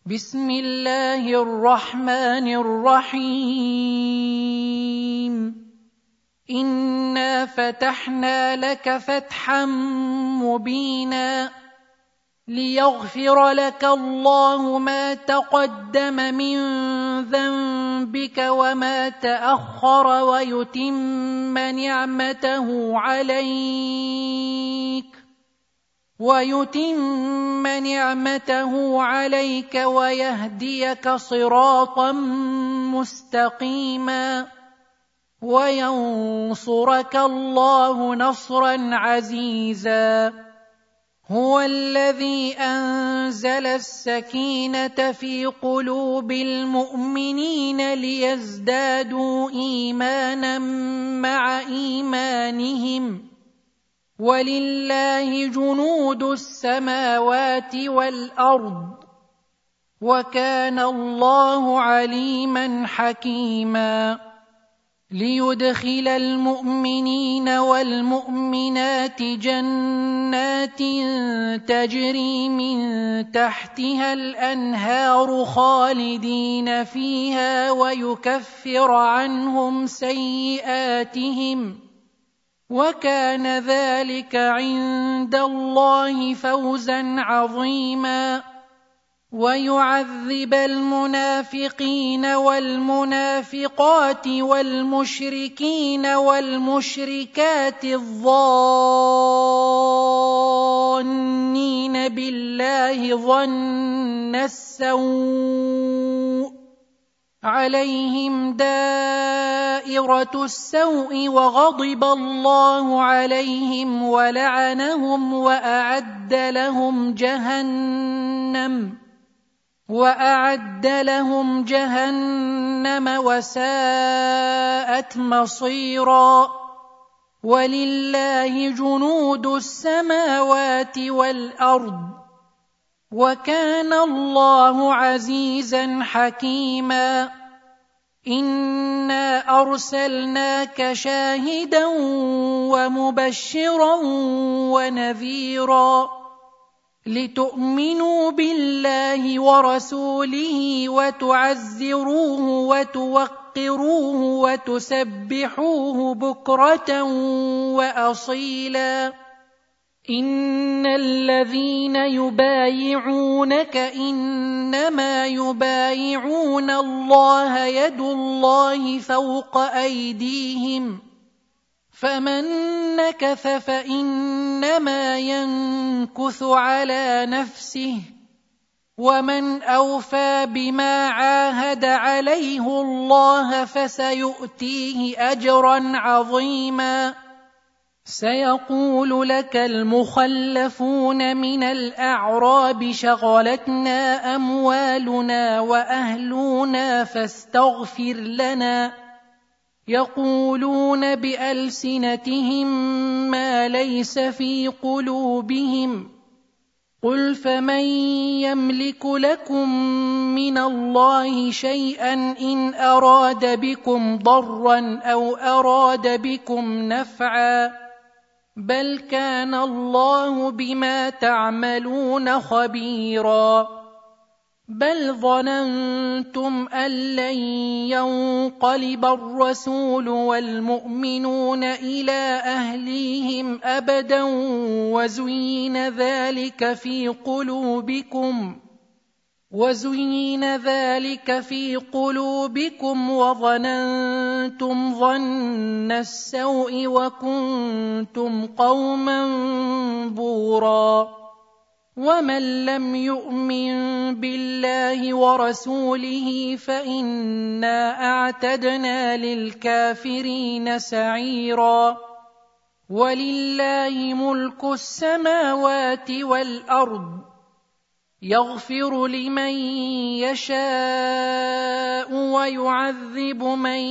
بسم الله الرحمن الرحيم إنا فتحنا لك فتحا مبينا ليغفر لك الله ما تقدم من ذنبك وما تأخر ويتم نعمته عليك ويهديك صراطا مستقيما وينصرك الله نصرا عزيزا هو الذي أنزل السكينة في قلوب المؤمنين ليزدادوا إيمانا مع إيمانهم ولله جنود السماوات والأرض وكان الله عليما حكيما ليدخل المؤمنين والمؤمنات جنات تجري من تحتها الأنهار خالدين فيها ويكفر عنهم سيئاتهم وكان ذلك عند الله فوزا عظيما ويعذب المنافقين والمنافقات والمشركين والمشركات الظانين بالله ظن السوء عليهم دائرة السوء وغضب الله عليهم ولعنهم وأعد لهم جهنم وساءت مصيرا ولله جنود السماوات والأرض وكان الله عزيزا حكيما إنا أرسلناك شاهدا ومبشرا ونذيرا لتؤمنوا بالله ورسوله وتعزروه وتوقروه وتسبحوه بكرة وأصيلا إن الذين يبايعونك إنما يبايعون الله يد الله فوق أيديهم فمن نكث فإنما ينكث على نفسه ومن أوفى بما عاهد عليه الله فسيؤتيه أجرا عظيما سيقول لك المخلفون من الأعراب شغلتنا أموالنا وأهلنا فاستغفر لنا يقولون بألسنتهم ما ليس في قلوبهم قل فمن يملك لكم من الله شيئا إن أراد بكم ضرا أو أراد بكم نفعا بل كان الله بما تعملون خبيرا بل ظننتم أن لن ينقلب الرسول والمؤمنون إلى أهليهم أبدا وزين ذلك في قلوبكم وظننتم ظن السوء وكنتم قوما بورا ومن لم يؤمن بالله ورسوله فإنا أعتدنا للكافرين سعيرا ولله ملك السماوات والأرض يغفر لمن يشاء ويعذب من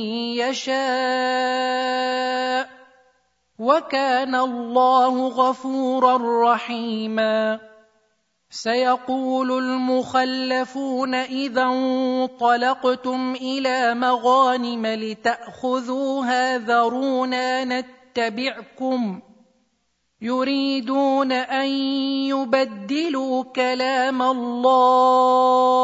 يشاء وكان الله غفورا رحيما سيقول المخلفون إذا انطلقتم إلى مغانم لتأخذوها ذرونا نتبعكم يريدون أن يبدلوا كلام الله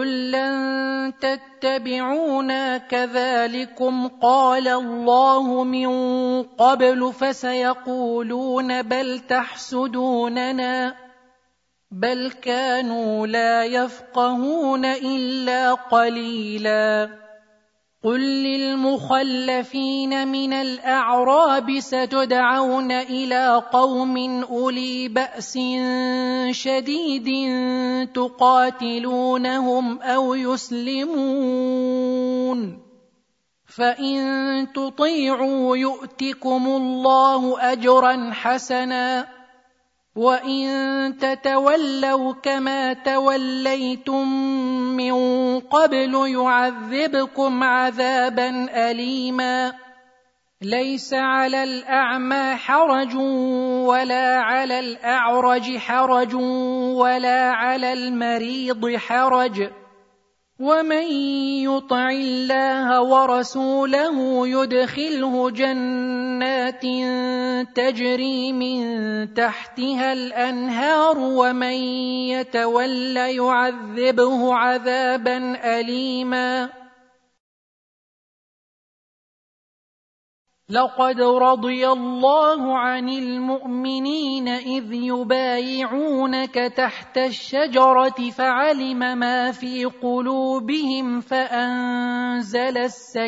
قل لن تتبعونا كذلكم قال الله من قبل فسيقولون بل تحسدوننا بل كانوا لا يفقهون إلا قليلا قل للمخلفين من الأعراب ستدعون إلى قوم أولي بأس شديد تقاتلونهم أو يسلمون فإن تطيعوا يؤتكم الله أجرا حسنا وإن تتولوا كما توليتم من قبل يعذبكم عذابا أليما ليس على الأعمى حرج ولا على الأعرج حرج ولا على المريض حرج ومن يطع الله ورسوله يدخله جنات تجري من تحتها الأنهار ومن يتول يعذبه عذابا أليما لقد رضي الله عن المؤمنين إذ يبايعونك تحت الشجرة فعلم ما في قلوبهم فأنزل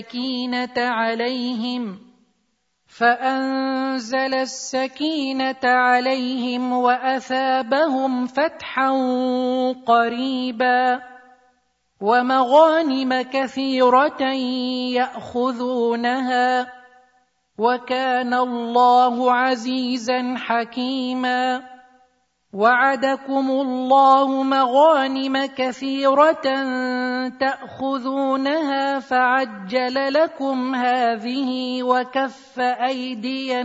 السكينة عليهم وأثابهم فتحا قريبا ومغانم كثيرة يأخذونها وكان الله عزيزا حكيما وعدكم الله مغانم كثيرة تأخذونها فعجل لكم هذه وكف أيدي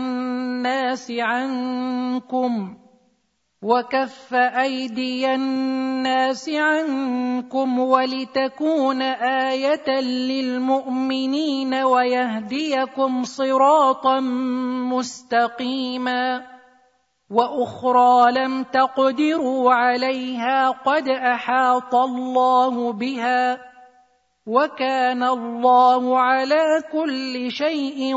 الناس عنكم ولتكون آية للمؤمنين ويهديكم صراطا مستقيما وأخرى لم تقدروا عليها قد أحاط الله بها وكان الله على كل شيء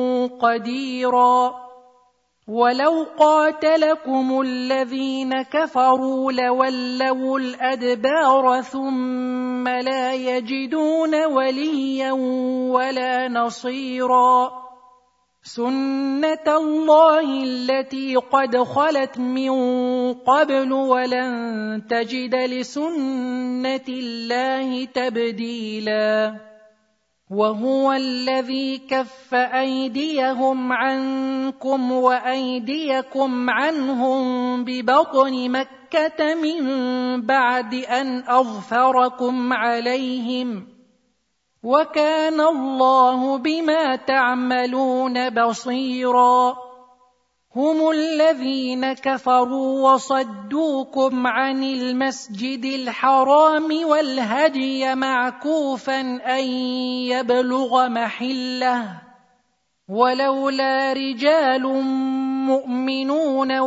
قديرا ولو قاتلكم الذين كفروا لولوا الأدبار ثم لا يجدون وليا ولا نصيرا سنة الله التي قد خلت من قبل ولن تجد لسنة الله تبديلا وهو الذي كف أيديهم عنكم وأيديكم عنهم ببطن مكة من بعد أن أظفركم عليهم وكان الله بما تعملون بصيرا هم الذين كفروا وصدوكم عن المسجد الحرام والهدي معكوفا أن يبلغ محله ولولا رجال مؤمنون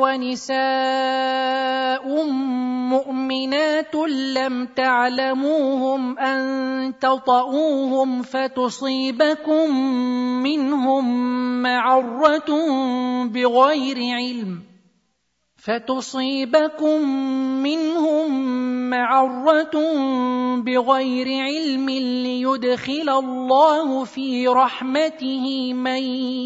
ونساء مؤمنات لم تعلموهم أن تطؤوهم فتصيبكم منهم معرة بغير علم ليدخل الله في رحمته من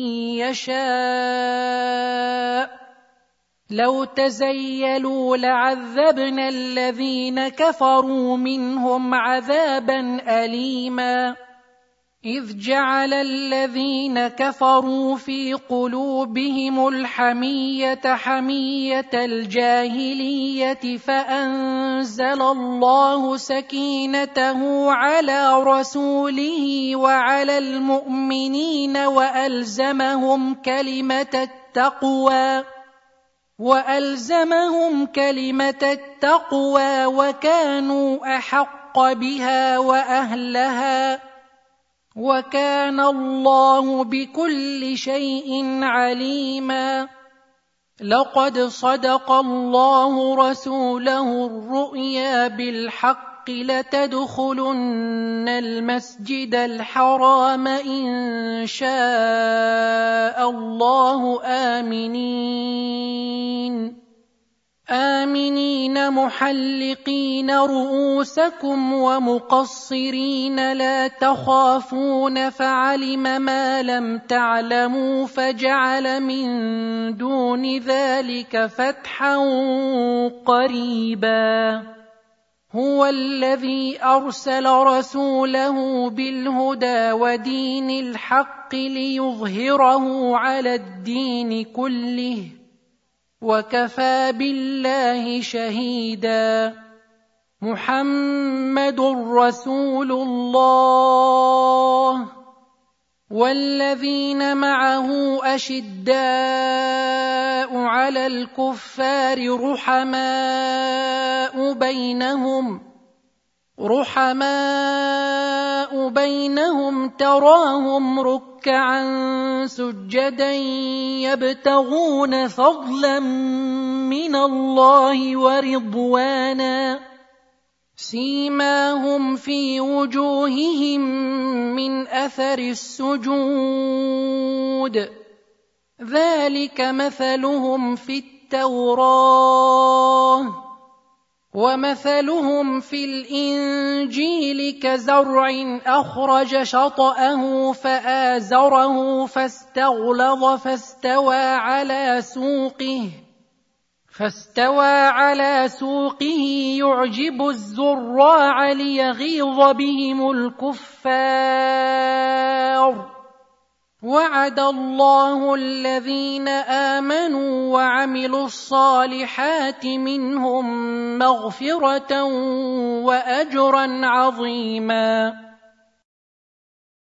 يشاء لو تزيلوا لعذبنا الذين كفروا منهم عذابا أليما إذ جعل الذين كفروا في قلوبهم الحمية حمية الجاهلية فأنزل الله سكينته على رسوله وعلى المؤمنين وألزمهم كلمة التقوى وكانوا أحق بها وأهلها وكان الله بكل شيء عليما لقد صدق الله رسوله الرؤيا بالحق بالحق لتدخلن المسجد الحرام إن شاء الله آمنين محلقين رؤوسكم ومقصرين لا تخافون فعلم ما لم تعلموا فجعل من دون ذلك فتحا قريبا هو الذي أرسل رسوله بالهدى ودين الحق ليظهره على الدين كله وكفى بالله شهيدا محمد رسول الله والذين معه أشداء على الكفار رحماء بينهم تراهم ركعا سجدا يبتغون فضلا من الله ورضوانا سيماهم في وجوههم من أثر السجود ذلك مثلهم في التوراة ومثلهم في الإنجيل كزرع أخرج شطأه فآزره فاستغلظ فاستوى على سوقه يعجب الزراع ليغيظ بهم الكفار وعد الله الذين آمنوا وعملوا الصالحات منهم مغفرة وأجرا عظيما